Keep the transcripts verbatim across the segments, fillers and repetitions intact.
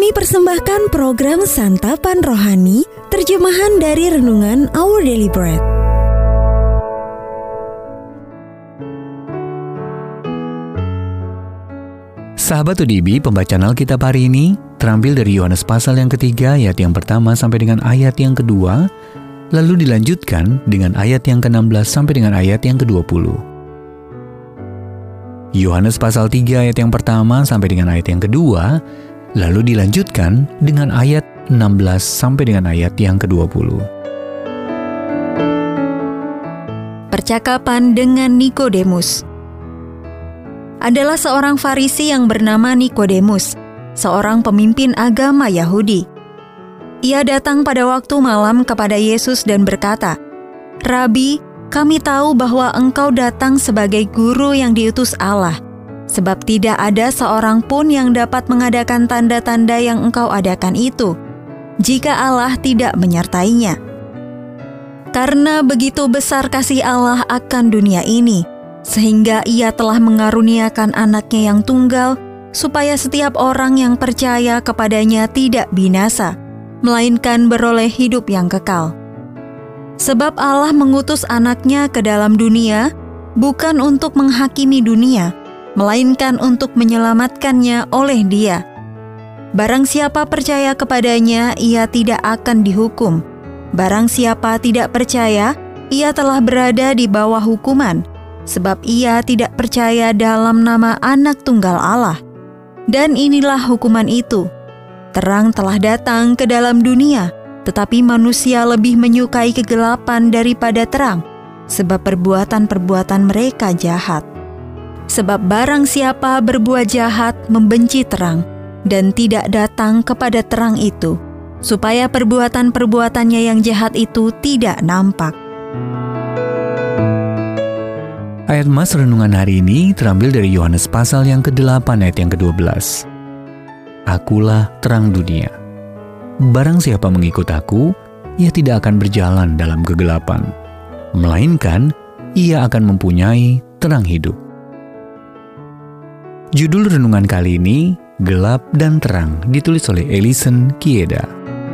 Kami persembahkan program Santapan Rohani, terjemahan dari Renungan Our Daily Bread. Sahabat O D B, pembacaan Alkitab hari ini terambil dari Yohanes pasal yang ketiga ayat yang pertama sampai dengan ayat yang kedua, lalu dilanjutkan dengan ayat yang ke enam belas sampai dengan ayat yang ke dua puluh. Yohanes pasal tiga ayat yang pertama sampai dengan ayat yang kedua, lalu dilanjutkan dengan ayat enam belas sampai dengan ayat yang ke dua puluh. Percakapan dengan Nikodemus. Adalah seorang Farisi yang bernama Nikodemus, seorang pemimpin agama Yahudi. Ia datang pada waktu malam kepada Yesus dan berkata, "Rabi, kami tahu bahwa engkau datang sebagai guru yang diutus Allah, sebab tidak ada seorang pun yang dapat mengadakan tanda-tanda yang engkau adakan itu, jika Allah tidak menyertainya. Karena begitu besar kasih Allah akan dunia ini, sehingga ia telah mengaruniakan anaknya yang tunggal, supaya setiap orang yang percaya kepadanya tidak binasa, melainkan beroleh hidup yang kekal. Sebab Allah mengutus anaknya ke dalam dunia, bukan untuk menghakimi dunia, melainkan untuk menyelamatkannya oleh Dia. Barang siapa percaya kepadanya, ia tidak akan dihukum. Barang siapa tidak percaya, ia telah berada di bawah hukuman, sebab ia tidak percaya dalam nama Anak Tunggal Allah. Dan inilah hukuman itu: terang telah datang ke dalam dunia, tetapi manusia lebih menyukai kegelapan daripada terang, sebab perbuatan-perbuatan mereka jahat. Sebab barang siapa berbuat jahat membenci terang, dan tidak datang kepada terang itu, supaya perbuatan-perbuatannya yang jahat itu tidak nampak." Ayat Mas renungan hari ini terambil dari Yohanes pasal yang kedelapan ayat yang kedua belas. Akulah terang dunia. Barang siapa mengikut aku, ia tidak akan berjalan dalam kegelapan, melainkan ia akan mempunyai terang hidup. Judul renungan kali ini, Gelap dan Terang, ditulis oleh Ellison Kieda.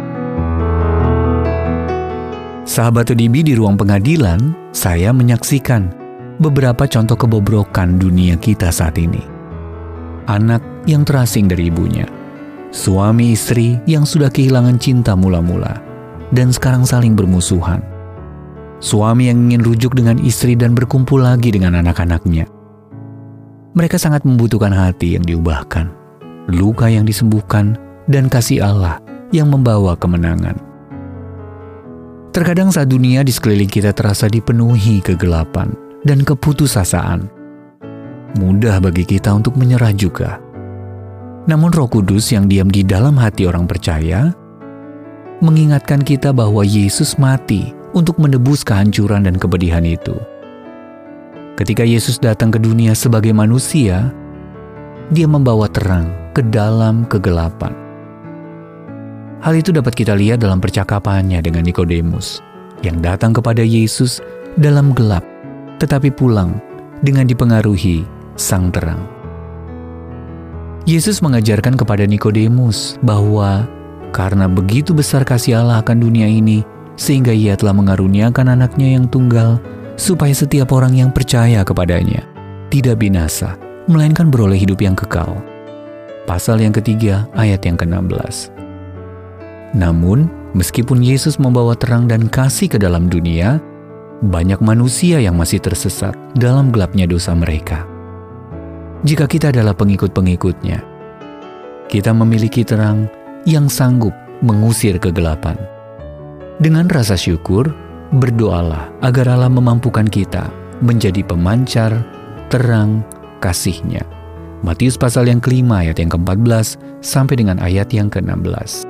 Sahabat O D B, di ruang pengadilan, saya menyaksikan beberapa contoh kebobrokan dunia kita saat ini. Anak yang terasing dari ibunya, suami istri yang sudah kehilangan cinta mula-mula dan sekarang saling bermusuhan, suami yang ingin rujuk dengan istri dan berkumpul lagi dengan anak-anaknya. Mereka sangat membutuhkan hati yang diubahkan, luka yang disembuhkan, dan kasih Allah yang membawa kemenangan. Terkadang saat dunia di sekeliling kita terasa dipenuhi kegelapan dan keputusasaan, mudah bagi kita untuk menyerah juga. Namun Roh Kudus yang diam di dalam hati orang percaya mengingatkan kita bahwa Yesus mati untuk menebus kehancuran dan kepedihan itu. Ketika Yesus datang ke dunia sebagai manusia, Dia membawa terang ke dalam kegelapan. Hal itu dapat kita lihat dalam percakapannya dengan Nikodemus yang datang kepada Yesus dalam gelap, tetapi pulang dengan dipengaruhi sang terang. Yesus mengajarkan kepada Nikodemus bahwa karena begitu besar kasih Allah akan dunia ini, sehingga Ia telah mengaruniakan anaknya yang tunggal, supaya setiap orang yang percaya kepadanya tidak binasa, melainkan beroleh hidup yang kekal. Pasal yang ketiga, ayat yang ke enam belas. Namun, meskipun Yesus membawa terang dan kasih ke dalam dunia, banyak manusia yang masih tersesat dalam gelapnya dosa mereka. Jika kita adalah pengikut-pengikutnya, kita memiliki terang yang sanggup mengusir kegelapan. Dengan rasa syukur, berdoalah agar Allah memampukan kita menjadi pemancar terang kasih-Nya. Matius pasal yang kelima ayat yang keempat belas sampai dengan ayat yang keenam belas.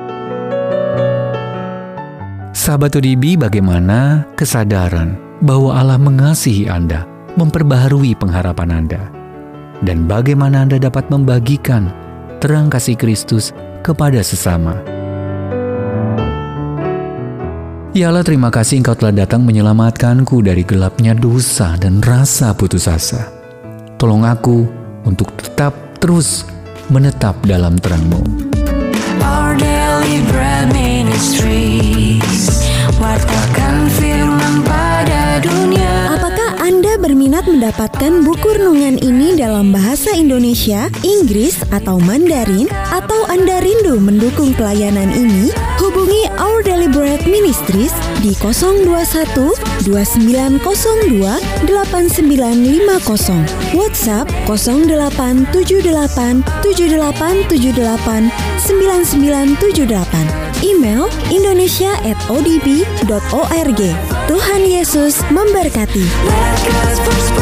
Sahabat O D B, bagaimana kesadaran bahwa Allah mengasihi Anda memperbaharui pengharapan Anda? Dan bagaimana Anda dapat membagikan terang kasih Kristus kepada sesama? Ya Allah, terima kasih Engkau telah datang menyelamatkanku dari gelapnya dosa dan rasa putus asa. Tolong aku untuk tetap terus menetap dalam terang-Mu. Daily Bread Ministries, wartakan firman pada dunia. Apakah Anda berminat mendapatkan buku renungan ini dalam bahasa Indonesia, Inggris, atau Mandarin? Atau Anda rindu mendukung pelayanan ini? Hubungi Our Daily Bread Ministries di nol dua satu dua sembilan nol dua delapan sembilan lima nol, WhatsApp nol delapan tujuh delapan tujuh delapan tujuh delapan sembilan sembilan tujuh delapan, email indonesia at o d b dot org. Tuhan Yesus memberkati. Let God's